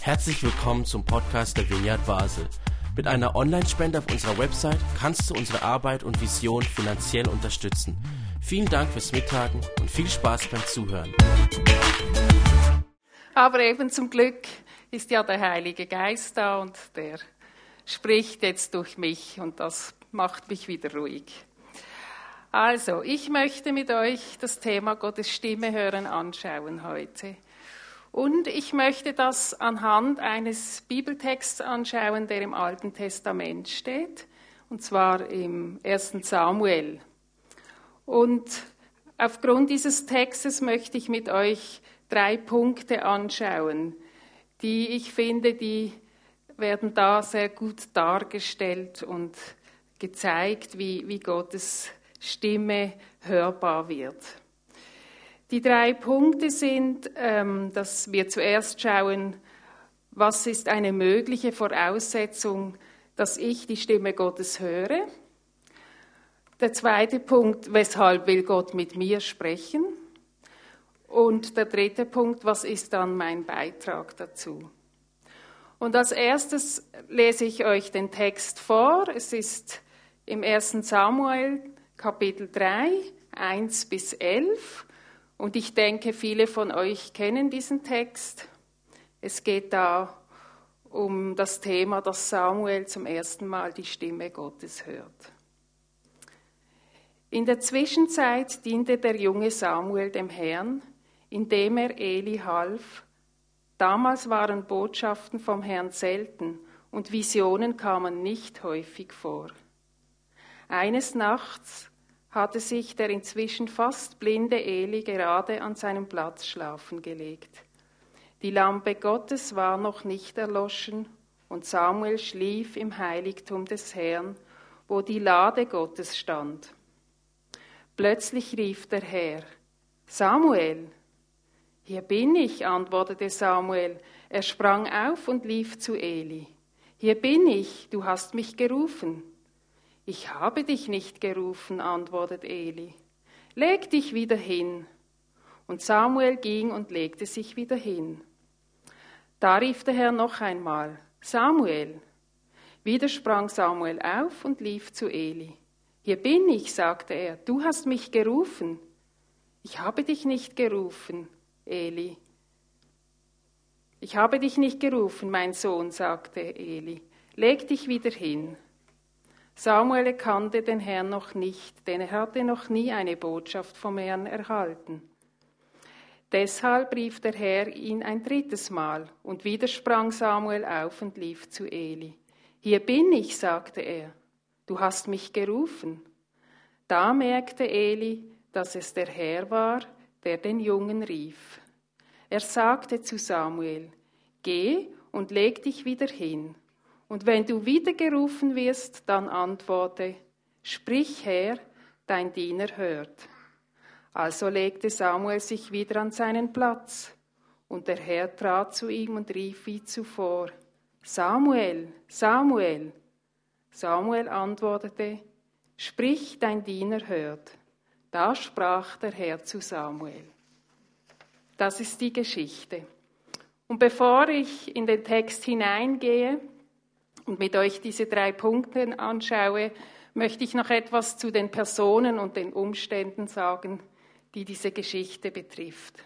Herzlich willkommen zum Podcast der Vineyard Basel. Mit einer Online-Spende auf unserer Website kannst du unsere Arbeit und Vision finanziell unterstützen. Vielen Dank fürs Mittagen und viel Spaß beim Zuhören. Aber eben zum Glück ist ja der Heilige Geist da und der spricht jetzt durch mich und das macht mich wieder ruhig. Also, ich möchte mit euch das Thema Gottes Stimme hören anschauen heute. Und ich möchte das anhand eines Bibeltexts anschauen, der im Alten Testament steht, und zwar im 1. Samuel. Und aufgrund dieses Textes möchte ich mit euch 3 Punkte anschauen, die ich finde, die werden da sehr gut dargestellt und gezeigt, wie Gottes Stimme hörbar wird. Die 3 Punkte sind, dass wir zuerst schauen, was ist eine mögliche Voraussetzung, dass ich die Stimme Gottes höre. Der zweite Punkt, weshalb will Gott mit mir sprechen? Und der dritte Punkt, was ist dann mein Beitrag dazu? Und als erstes lese ich euch den Text vor. Es ist im 1. Samuel, Kapitel 3, 1-11. Und ich denke, viele von euch kennen diesen Text. Es geht da um das Thema, dass Samuel zum ersten Mal die Stimme Gottes hört. In der Zwischenzeit diente der junge Samuel dem Herrn, indem er Eli half. Damals waren Botschaften vom Herrn selten und Visionen kamen nicht häufig vor. Eines Nachts hatte sich der inzwischen fast blinde Eli gerade an seinem Platz schlafen gelegt. Die Lampe Gottes war noch nicht erloschen und Samuel schlief im Heiligtum des Herrn, wo die Lade Gottes stand. Plötzlich rief der Herr: Samuel! Hier bin ich, antwortete Samuel. Er sprang auf und lief zu Eli. Hier bin ich, du hast mich gerufen. Ich habe dich nicht gerufen, antwortet Eli. Leg dich wieder hin. Und Samuel ging und legte sich wieder hin. Da rief der Herr noch einmal: Samuel! Wieder sprang Samuel auf und lief zu Eli. Hier bin ich, sagte er, du hast mich gerufen. Ich habe dich nicht gerufen, Eli. Ich habe dich nicht gerufen, mein Sohn, sagte Eli. Leg dich wieder hin. Samuel erkannte den Herrn noch nicht, denn er hatte noch nie eine Botschaft vom Herrn erhalten. Deshalb rief der Herr ihn ein 3. Mal, und wieder sprang Samuel auf und lief zu Eli. Hier bin ich, sagte er, du hast mich gerufen. Da merkte Eli, dass es der Herr war, der den Jungen rief. Er sagte zu Samuel: Geh und leg dich wieder hin. Und wenn du wieder gerufen wirst, dann antworte: Sprich, Herr, dein Diener hört. Also legte Samuel sich wieder an seinen Platz. Und der Herr trat zu ihm und rief wie zuvor: Samuel, Samuel! Samuel antwortete: Sprich, dein Diener hört. Da sprach der Herr zu Samuel. Das ist die Geschichte. Und bevor ich in den Text hineingehe und mit euch diese 3 Punkte anschaue, möchte ich noch etwas zu den Personen und den Umständen sagen, die diese Geschichte betrifft.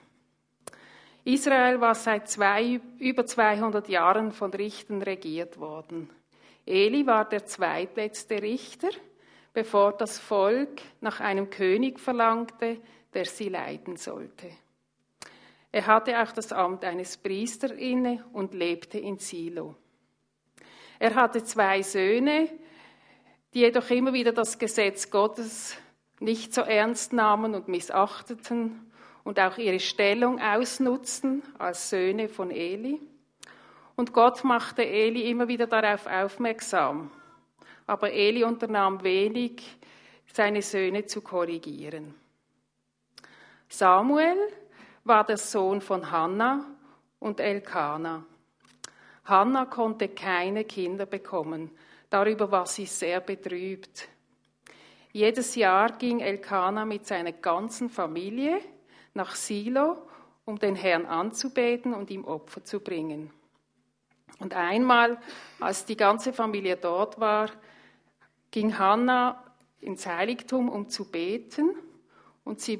Israel war seit über 200 Jahren von Richtern regiert worden. Eli war der zweitletzte Richter, bevor das Volk nach einem König verlangte, der sie leiten sollte. Er hatte auch das Amt eines Priesters inne und lebte in Silo. Er hatte 2 Söhne, die jedoch immer wieder das Gesetz Gottes nicht so ernst nahmen und missachteten und auch ihre Stellung ausnutzten als Söhne von Eli. Und Gott machte Eli immer wieder darauf aufmerksam. Aber Eli unternahm wenig, seine Söhne zu korrigieren. Samuel war der Sohn von Hannah und Elkana. Hannah konnte keine Kinder bekommen. Darüber war sie sehr betrübt. Jedes Jahr ging Elkana mit seiner ganzen Familie nach Silo, um den Herrn anzubeten und ihm Opfer zu bringen. Und einmal, als die ganze Familie dort war, ging Hannah ins Heiligtum, um zu beten. Und sie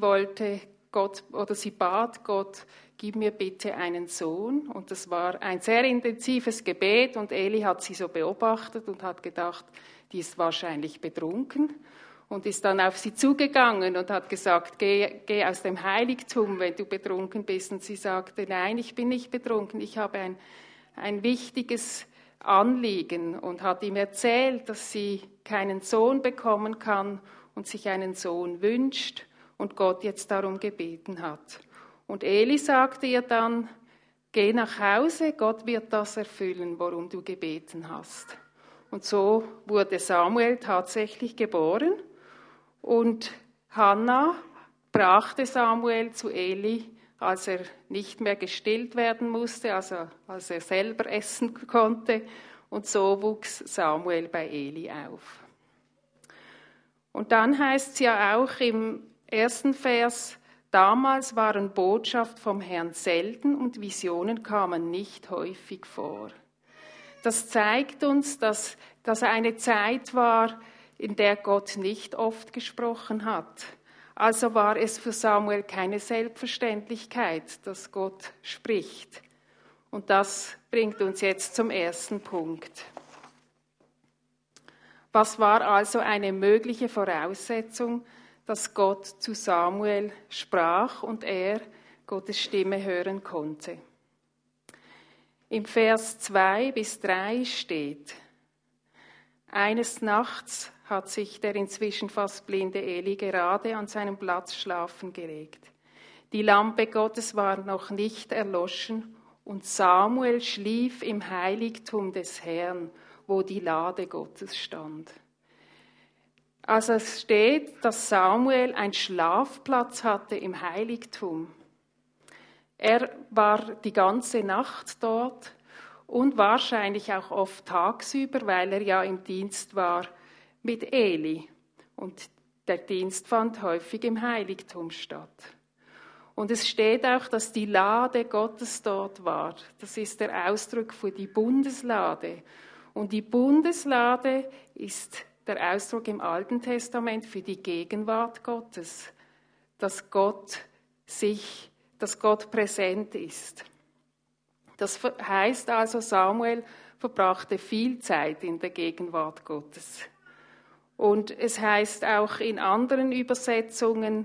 bat Gott, gib mir bitte einen Sohn. Und das war ein sehr intensives Gebet. Und Eli hat sie so beobachtet und hat gedacht, die ist wahrscheinlich betrunken. Und ist dann auf sie zugegangen und hat gesagt, geh aus dem Heiligtum, wenn du betrunken bist. Und sie sagte, nein, ich bin nicht betrunken, ich habe ein wichtiges Anliegen. Und hat ihm erzählt, dass sie keinen Sohn bekommen kann und sich einen Sohn wünscht und Gott jetzt darum gebeten hat. Und Eli sagte ihr dann, geh nach Hause, Gott wird das erfüllen, worum du gebeten hast. Und so wurde Samuel tatsächlich geboren. Und Hannah brachte Samuel zu Eli, als er nicht mehr gestillt werden musste, also als er selber essen konnte. Und so wuchs Samuel bei Eli auf. Und dann heißt es ja auch im 1. Vers, damals waren Botschaft vom Herrn selten und Visionen kamen nicht häufig vor. Das zeigt uns, dass eine Zeit war, in der Gott nicht oft gesprochen hat. Also war es für Samuel keine Selbstverständlichkeit, dass Gott spricht. Und das bringt uns jetzt zum ersten Punkt. Was war also eine mögliche Voraussetzung, dass Gott zu Samuel sprach und er Gottes Stimme hören konnte? Im Vers 2 bis 3 steht, eines Nachts hat sich der inzwischen fast blinde Eli gerade an seinem Platz schlafen gelegt. Die Lampe Gottes war noch nicht erloschen und Samuel schlief im Heiligtum des Herrn, wo die Lade Gottes stand. Also es steht, dass Samuel einen Schlafplatz hatte im Heiligtum. Er war die ganze Nacht dort und wahrscheinlich auch oft tagsüber, weil er ja im Dienst war mit Eli. Und der Dienst fand häufig im Heiligtum statt. Und es steht auch, dass die Lade Gottes dort war. Das ist der Ausdruck für die Bundeslade. Und die Bundeslade ist der Ausdruck im Alten Testament für die Gegenwart Gottes, dass Gott präsent ist. Das heißt also, Samuel verbrachte viel Zeit in der Gegenwart Gottes. Und es heißt auch in anderen Übersetzungen,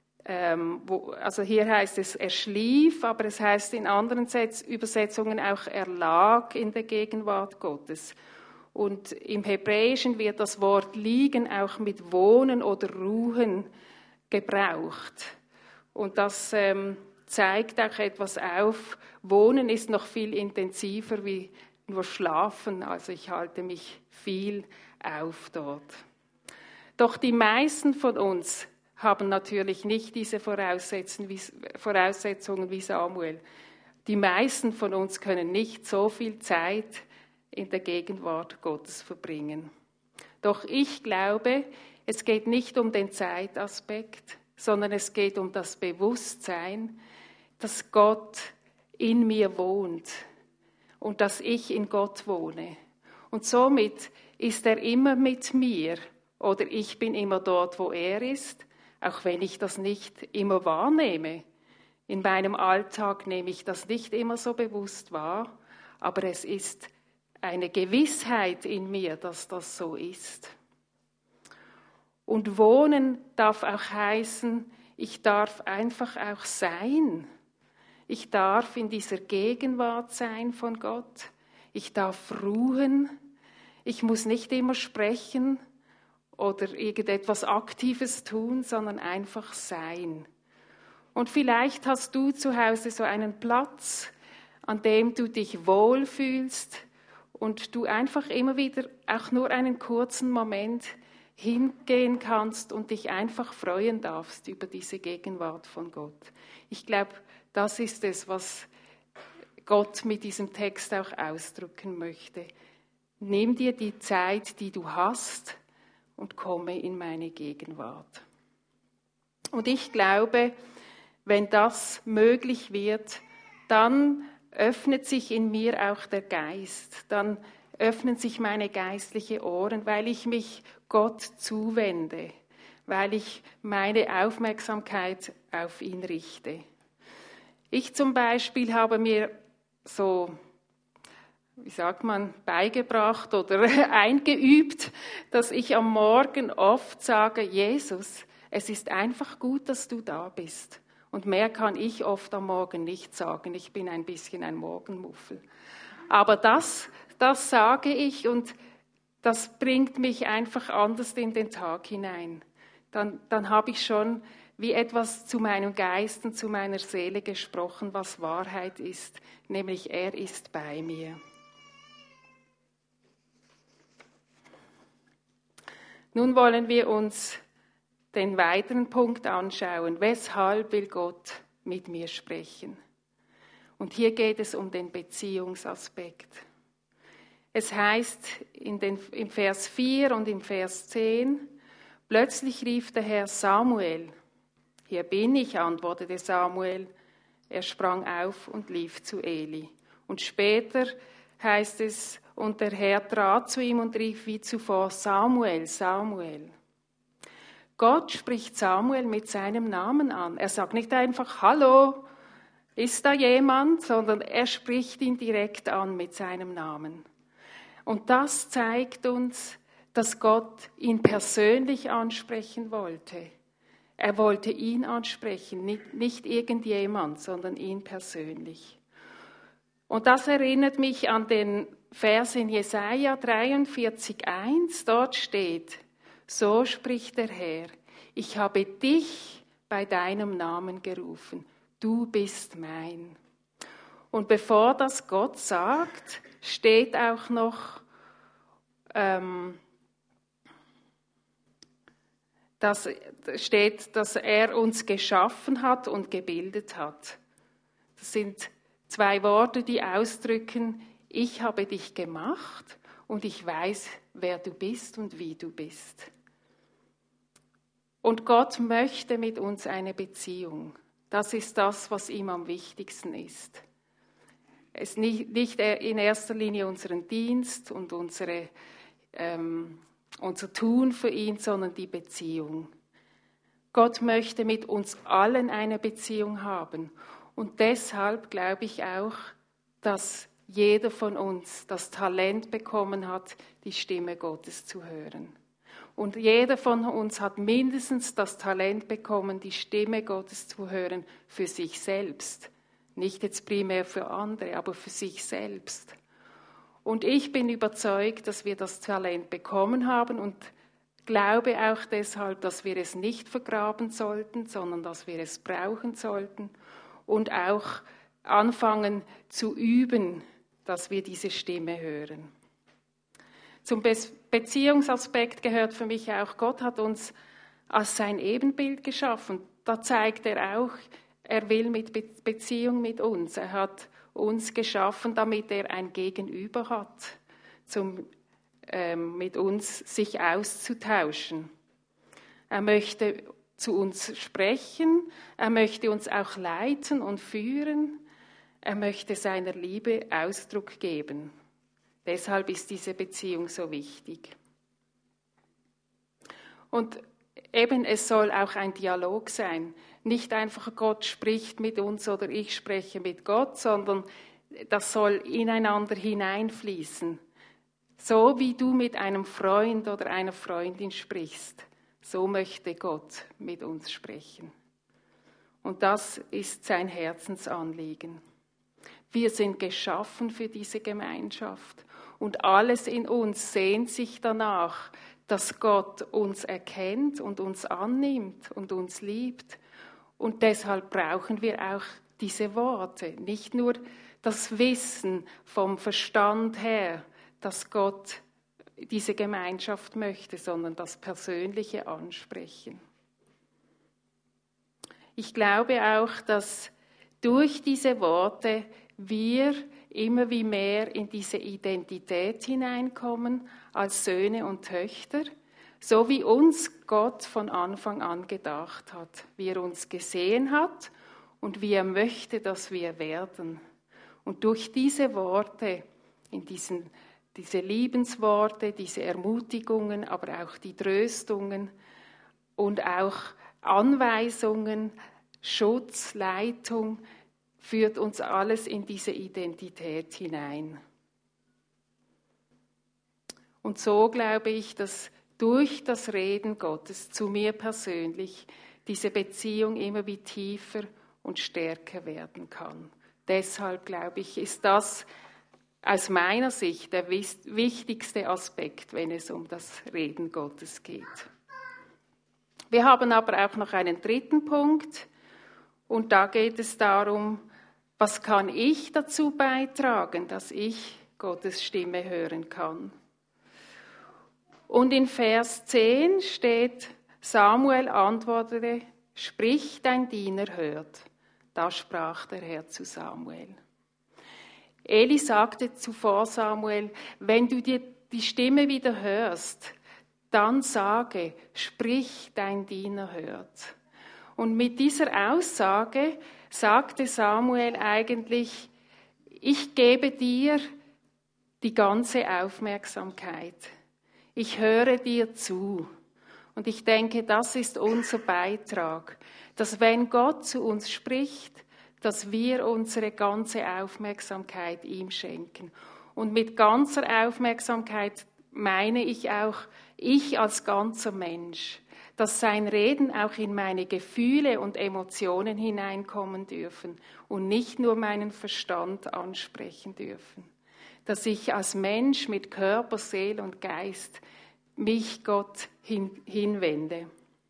also hier heißt es, er schlief, aber es heißt in anderen Übersetzungen auch, er lag in der Gegenwart Gottes. Und im Hebräischen wird das Wort liegen auch mit wohnen oder ruhen gebraucht. Und das zeigt auch etwas auf. Wohnen ist noch viel intensiver wie nur schlafen. Also ich halte mich viel auf dort. Doch die meisten von uns haben natürlich nicht diese Voraussetzungen wie Samuel. Die meisten von uns können nicht so viel Zeit in der Gegenwart Gottes verbringen. Doch ich glaube, es geht nicht um den Zeitaspekt, sondern es geht um das Bewusstsein, dass Gott in mir wohnt und dass ich in Gott wohne. Und somit ist er immer mit mir oder ich bin immer dort, wo er ist, auch wenn ich das nicht immer wahrnehme. In meinem Alltag nehme ich das nicht immer so bewusst wahr, aber es ist eine Gewissheit in mir, dass das so ist. Und wohnen darf auch heißen, ich darf einfach auch sein. Ich darf in dieser Gegenwart sein von Gott. Ich darf ruhen. Ich muss nicht immer sprechen oder irgendetwas Aktives tun, sondern einfach sein. Und vielleicht hast du zu Hause so einen Platz, an dem du dich wohlfühlst und du einfach immer wieder auch nur einen kurzen Moment hingehen kannst und dich einfach freuen darfst über diese Gegenwart von Gott. Ich glaube, das ist es, was Gott mit diesem Text auch ausdrücken möchte. Nimm dir die Zeit, die du hast, und komme in meine Gegenwart. Und ich glaube, wenn das möglich wird, dann öffnet sich in mir auch der Geist. Dann öffnen sich meine geistlichen Ohren, weil ich mich Gott zuwende, weil ich meine Aufmerksamkeit auf ihn richte. Ich zum Beispiel habe mir so, beigebracht oder eingeübt, dass ich am Morgen oft sage, Jesus, es ist einfach gut, dass du da bist. Und mehr kann ich oft am Morgen nicht sagen. Ich bin ein bisschen ein Morgenmuffel. Aber das sage ich und das bringt mich einfach anders in den Tag hinein. Dann habe ich schon wie etwas zu meinem Geist und zu meiner Seele gesprochen, was Wahrheit ist, nämlich er ist bei mir. Nun wollen wir uns den weiteren Punkt anschauen. Weshalb will Gott mit mir sprechen? Und hier geht es um den Beziehungsaspekt. Es heißt im Vers 4 und im Vers 10, plötzlich rief der Herr Samuel. Hier bin ich, antwortete Samuel. Er sprang auf und lief zu Eli. Und später heißt es, und der Herr trat zu ihm und rief wie zuvor, Samuel, Samuel. Gott spricht Samuel mit seinem Namen an. Er sagt nicht einfach, hallo, ist da jemand, sondern er spricht ihn direkt an mit seinem Namen. Und das zeigt uns, dass Gott ihn persönlich ansprechen wollte. Er wollte ihn ansprechen, nicht irgendjemand, sondern ihn persönlich. Und das erinnert mich an den Vers in Jesaja 43,1. Dort steht, so spricht der Herr, ich habe dich bei deinem Namen gerufen, du bist mein. Und bevor das Gott sagt, steht auch noch, dass er uns geschaffen hat und gebildet hat. Das sind zwei Worte, die ausdrücken, ich habe dich gemacht und ich weiß, wer du bist und wie du bist. Und Gott möchte mit uns eine Beziehung. Das ist das, was ihm am wichtigsten ist. Es ist nicht in erster Linie unseren Dienst und unser Tun für ihn, sondern die Beziehung. Gott möchte mit uns allen eine Beziehung haben. Und deshalb glaube ich auch, dass jeder von uns das Talent bekommen hat, die Stimme Gottes zu hören. Und jeder von uns hat mindestens das Talent bekommen, die Stimme Gottes zu hören für sich selbst. Nicht jetzt primär für andere, aber für sich selbst. Und ich bin überzeugt, dass wir das Talent bekommen haben und glaube auch deshalb, dass wir es nicht vergraben sollten, sondern dass wir es brauchen sollten und auch anfangen zu üben, dass wir diese Stimme hören. Zum Beziehungsaspekt gehört für mich auch, Gott hat uns als sein Ebenbild geschaffen. Da zeigt er auch, er will mit Beziehung mit uns. Er hat uns geschaffen, damit er ein Gegenüber hat, mit uns sich auszutauschen. Er möchte zu uns sprechen, er möchte uns auch leiten und führen, er möchte seiner Liebe Ausdruck geben. Deshalb ist diese Beziehung so wichtig. Und eben, es soll auch ein Dialog sein. Nicht einfach Gott spricht mit uns oder ich spreche mit Gott, sondern das soll ineinander hineinfließen. So wie du mit einem Freund oder einer Freundin sprichst, so möchte Gott mit uns sprechen. Und das ist sein Herzensanliegen. Wir sind geschaffen für diese Gemeinschaft und alles in uns sehnt sich danach, dass Gott uns erkennt und uns annimmt und uns liebt. Und deshalb brauchen wir auch diese Worte, nicht nur das Wissen vom Verstand her, dass Gott diese Gemeinschaft möchte, sondern das persönliche Ansprechen. Ich glaube auch, dass durch diese Worte wir immer wie mehr in diese Identität hineinkommen als Söhne und Töchter, so wie uns Gott von Anfang an gedacht hat, wie er uns gesehen hat und wie er möchte, dass wir werden. Und durch diese Worte, diese Liebensworte, diese Ermutigungen, aber auch die Tröstungen und auch Anweisungen, Schutz, Leitung, führt uns alles in diese Identität hinein. Und so glaube ich, dass durch das Reden Gottes zu mir persönlich diese Beziehung immer wie tiefer und stärker werden kann. Deshalb glaube ich, ist das aus meiner Sicht der wichtigste Aspekt, wenn es um das Reden Gottes geht. Wir haben aber auch noch einen dritten Punkt und da geht es darum, was kann ich dazu beitragen, dass ich Gottes Stimme hören kann. Und in Vers 10 steht, Samuel antwortete, sprich, dein Diener hört. Da sprach der Herr zu Samuel. Eli sagte zuvor Samuel, wenn du dir die Stimme wieder hörst, dann sage, sprich, dein Diener hört. Und mit dieser Aussage sagte Samuel eigentlich, ich gebe dir die ganze Aufmerksamkeit. Ich höre dir zu. Und ich denke, das ist unser Beitrag, dass wenn Gott zu uns spricht, dass wir unsere ganze Aufmerksamkeit ihm schenken. Und mit ganzer Aufmerksamkeit meine ich auch, ich als ganzer Mensch, dass sein Reden auch in meine Gefühle und Emotionen hineinkommen dürfen und nicht nur meinen Verstand ansprechen dürfen. Dass ich als Mensch mit Körper, Seele und Geist mich Gott hinwende.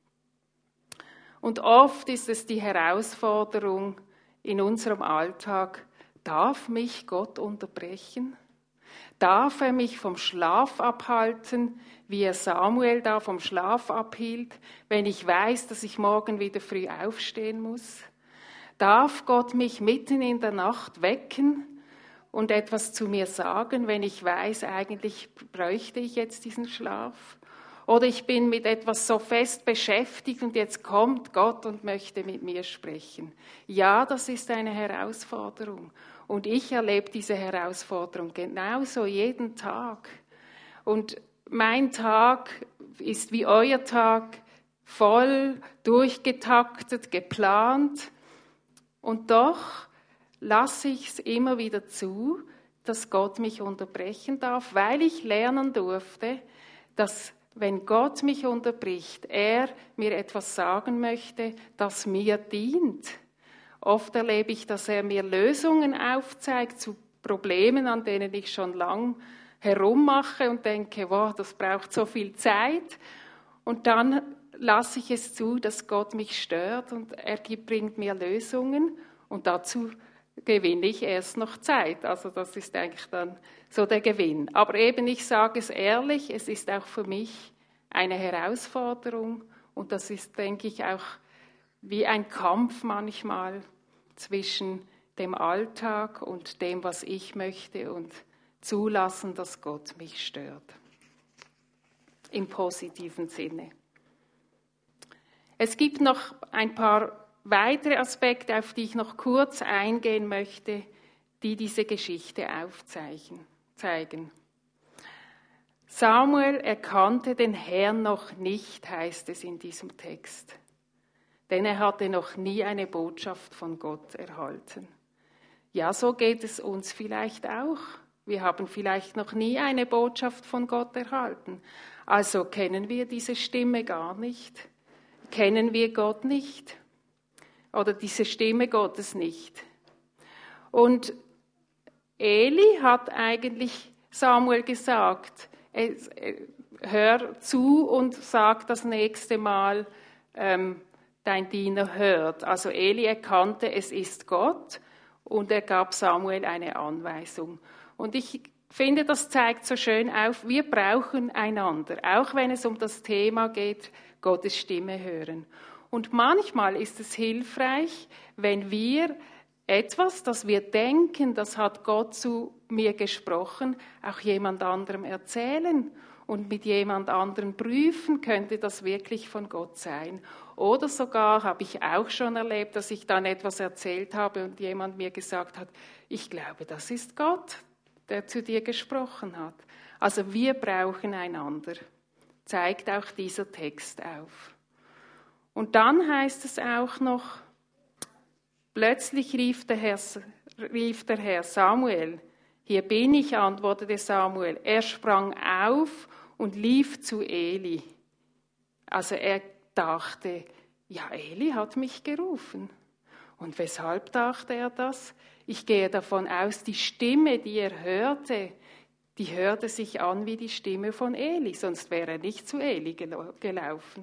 Und oft ist es die Herausforderung in unserem Alltag, darf mich Gott unterbrechen? Darf er mich vom Schlaf abhalten, wie er Samuel da vom Schlaf abhielt, wenn ich weiß, dass ich morgen wieder früh aufstehen muss? Darf Gott mich mitten in der Nacht wecken und etwas zu mir sagen, wenn ich weiß, eigentlich bräuchte ich jetzt diesen Schlaf? Oder ich bin mit etwas so fest beschäftigt und jetzt kommt Gott und möchte mit mir sprechen. Ja, das ist eine Herausforderung. Und ich erlebe diese Herausforderung genauso jeden Tag. Und mein Tag ist wie euer Tag, voll, durchgetaktet, geplant. Und doch lasse ich es immer wieder zu, dass Gott mich unterbrechen darf, weil ich lernen durfte, dass wenn Gott mich unterbricht, er mir etwas sagen möchte, das mir dient. Oft erlebe ich, dass er mir Lösungen aufzeigt zu Problemen, an denen ich schon lang herummache und denke, wow, das braucht so viel Zeit. Und dann lasse ich es zu, dass Gott mich stört und er bringt mir Lösungen und dazu gewinne ich erst noch Zeit. Also das ist eigentlich dann so der Gewinn. Aber eben, ich sage es ehrlich, es ist auch für mich eine Herausforderung und das ist, denke ich, auch wie ein Kampf manchmal zwischen dem Alltag und dem, was ich möchte und zulassen, dass Gott mich stört. Im positiven Sinne. Es gibt noch ein paar weitere Aspekte, auf die ich noch kurz eingehen möchte, die diese Geschichte aufzeigen. Samuel erkannte den Herrn noch nicht, heißt es in diesem Text, denn er hatte noch nie eine Botschaft von Gott erhalten. Ja, so geht es uns vielleicht auch. Wir haben vielleicht noch nie eine Botschaft von Gott erhalten. Also kennen wir diese Stimme gar nicht, kennen wir Gott nicht oder diese Stimme Gottes nicht. Und Eli hat eigentlich Samuel gesagt, hör zu und sag das nächste Mal, dein Diener hört. Also Eli erkannte, es ist Gott und er gab Samuel eine Anweisung. Und ich finde, das zeigt so schön auf, wir brauchen einander, auch wenn es um das Thema geht, Gottes Stimme hören. Und manchmal ist es hilfreich, wenn wir etwas, das wir denken, das hat Gott zu mir gesprochen, auch jemand anderem erzählen und mit jemand anderem prüfen, könnte das wirklich von Gott sein. Oder sogar habe ich auch schon erlebt, dass ich dann etwas erzählt habe und jemand mir gesagt hat, ich glaube, das ist Gott, der zu dir gesprochen hat. Also wir brauchen einander, zeigt auch dieser Text auf. Und dann heißt es auch noch, plötzlich rief der Herr Samuel, hier bin ich, antwortete Samuel. Er sprang auf und lief zu Eli. Also er dachte, ja, Eli hat mich gerufen. Und weshalb dachte er das? Ich gehe davon aus, die Stimme, die er hörte, die hörte sich an wie die Stimme von Eli, sonst wäre er nicht zu Eli gelaufen.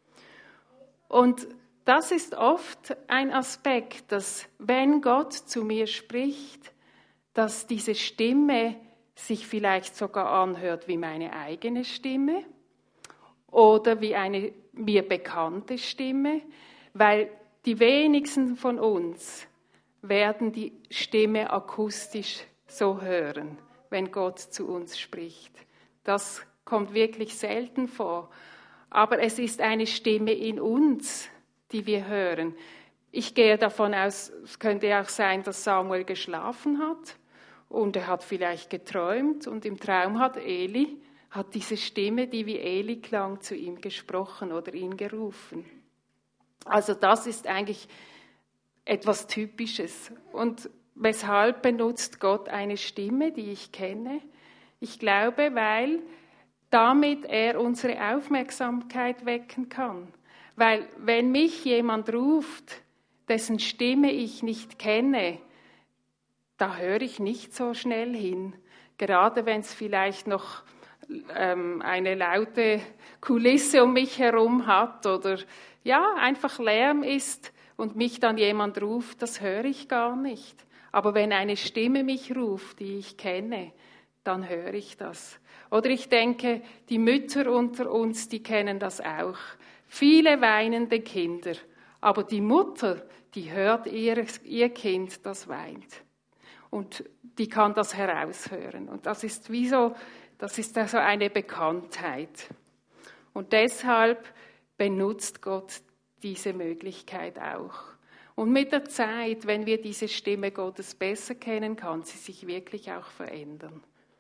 Und das ist oft ein Aspekt, dass wenn Gott zu mir spricht, dass diese Stimme sich vielleicht sogar anhört wie meine eigene Stimme oder wie eine mir bekannte Stimme, weil die wenigsten von uns werden die Stimme akustisch so hören, wenn Gott zu uns spricht. Das kommt wirklich selten vor. Aber es ist eine Stimme in uns, die wir hören. Ich gehe davon aus, es könnte auch sein, dass Samuel geschlafen hat und er hat vielleicht geträumt und im Traum hat diese Stimme, die wie Eli klang, zu ihm gesprochen oder ihn gerufen. Also das ist eigentlich etwas Typisches. Und weshalb benutzt Gott eine Stimme, die ich kenne? Ich glaube, weil damit er unsere Aufmerksamkeit wecken kann. Weil wenn mich jemand ruft, dessen Stimme ich nicht kenne, da höre ich nicht so schnell hin. Gerade wenn es vielleicht noch eine laute Kulisse um mich herum hat oder ja, einfach Lärm ist und mich dann jemand ruft, das höre ich gar nicht. Aber wenn eine Stimme mich ruft, die ich kenne, dann höre ich das. Oder ich denke, die Mütter unter uns, die kennen das auch. Viele weinende Kinder, aber die Mutter, die hört ihr Kind, das weint. Und die kann das heraushören. Und das ist also eine Bekanntheit. Und deshalb benutzt Gott diese Möglichkeit auch. Und mit der Zeit, wenn wir diese Stimme Gottes besser kennen, kann sie sich wirklich auch verändern.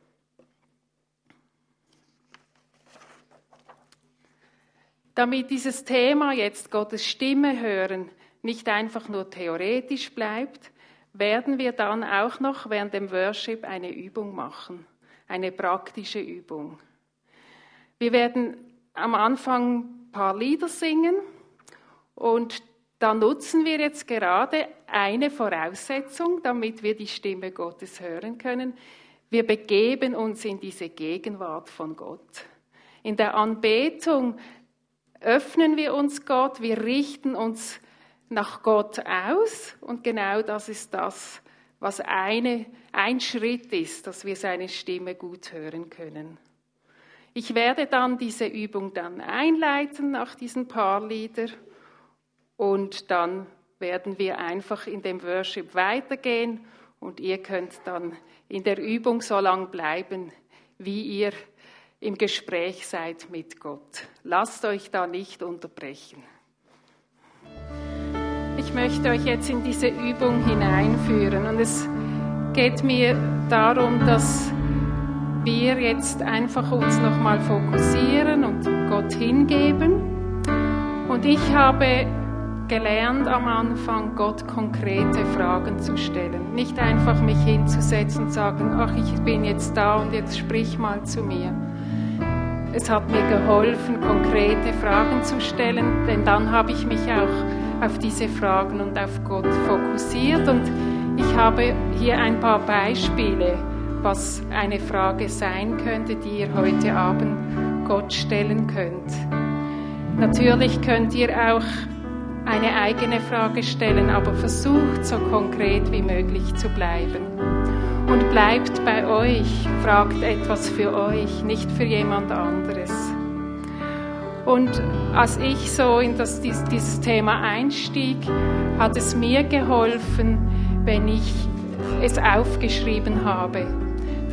Damit dieses Thema jetzt Gottes Stimme hören nicht einfach nur theoretisch bleibt, werden wir dann auch noch während dem Worship eine Übung machen, eine praktische Übung. Wir werden am Anfang ein paar Lieder singen und da nutzen wir jetzt gerade eine Voraussetzung, damit wir die Stimme Gottes hören können. Wir begeben uns in diese Gegenwart von Gott. In der Anbetung öffnen wir uns Gott, wir richten uns nach Gott aus und genau das ist das, was ein Schritt ist, dass wir seine Stimme gut hören können. Ich werde dann diese Übung dann einleiten nach diesen paar Lieder und dann werden wir einfach in dem Worship weitergehen und ihr könnt dann in der Übung so lang bleiben, wie ihr im Gespräch seid mit Gott. Lasst euch da nicht unterbrechen. Ich möchte euch jetzt in diese Übung hineinführen und es geht mir darum, dass wir jetzt einfach uns nochmal fokussieren und Gott hingeben. Und ich habe gelernt am Anfang, Gott konkrete Fragen zu stellen. Nicht einfach mich hinzusetzen und sagen, ach, ich bin jetzt da und jetzt sprich mal zu mir. Es hat mir geholfen, konkrete Fragen zu stellen, denn dann habe ich mich auch auf diese Fragen und auf Gott fokussiert. Und ich habe hier ein paar Beispiele, was eine Frage sein könnte, die ihr heute Abend Gott stellen könnt. Natürlich könnt ihr auch eine eigene Frage stellen, aber versucht so konkret wie möglich zu bleiben. Und bleibt bei euch, fragt etwas für euch, nicht für jemand anderes. Und als ich so in dieses Thema einstieg, hat es mir geholfen, wenn ich es aufgeschrieben habe.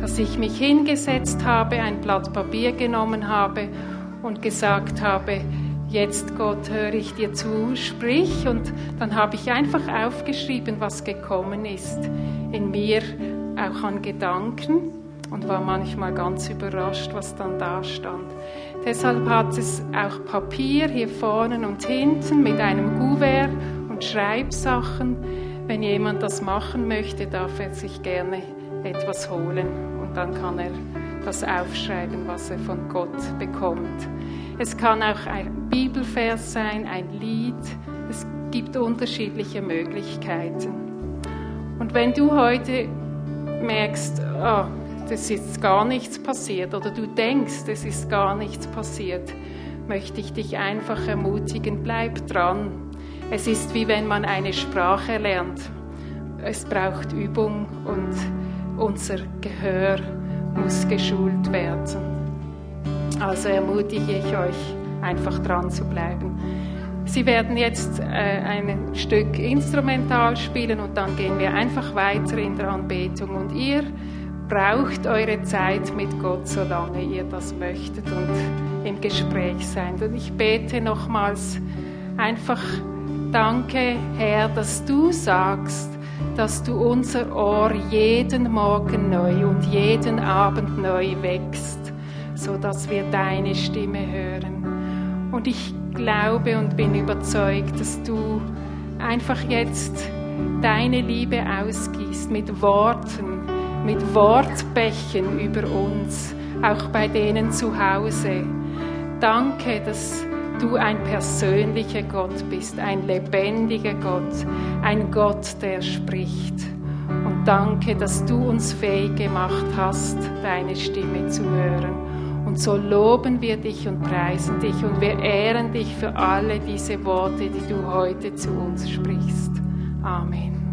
dass ich mich hingesetzt habe, ein Blatt Papier genommen habe und gesagt habe, jetzt Gott, höre ich dir zu, sprich. Und dann habe ich einfach aufgeschrieben, was gekommen ist in mir, auch an Gedanken, und war manchmal ganz überrascht, was dann da stand. Deshalb hat es auch Papier hier vorne und hinten mit einem Kuvert und Schreibsachen. Wenn jemand das machen möchte, darf er sich gerne etwas holen und dann kann er das aufschreiben, was er von Gott bekommt. Es kann auch ein Bibelvers sein, ein Lied. Es gibt unterschiedliche Möglichkeiten. Und wenn du heute merkst, das ist gar nichts passiert, oder du denkst, es ist gar nichts passiert, möchte ich dich einfach ermutigen, bleib dran. Es ist wie wenn man eine Sprache lernt. Es braucht Übung und unser Gehör muss geschult werden. Also ermutige ich euch, einfach dran zu bleiben. Sie werden jetzt ein Stück instrumental spielen und dann gehen wir einfach weiter in der Anbetung. Und ihr braucht eure Zeit mit Gott, solange ihr das möchtet und im Gespräch seid. Und ich bete nochmals einfach, danke, Herr, dass du sagst, dass du unser Ohr jeden Morgen neu und jeden Abend neu wächst, sodass wir deine Stimme hören. Und ich glaube und bin überzeugt, dass du einfach jetzt deine Liebe ausgießt mit Worten, mit Wortbächen über uns, auch bei denen zu Hause. Danke, dass du ein persönlicher Gott bist, ein lebendiger Gott, ein Gott, der spricht. Und danke, dass du uns fähig gemacht hast, deine Stimme zu hören. Und so loben wir dich und preisen dich und wir ehren dich für alle diese Worte, die du heute zu uns sprichst. Amen.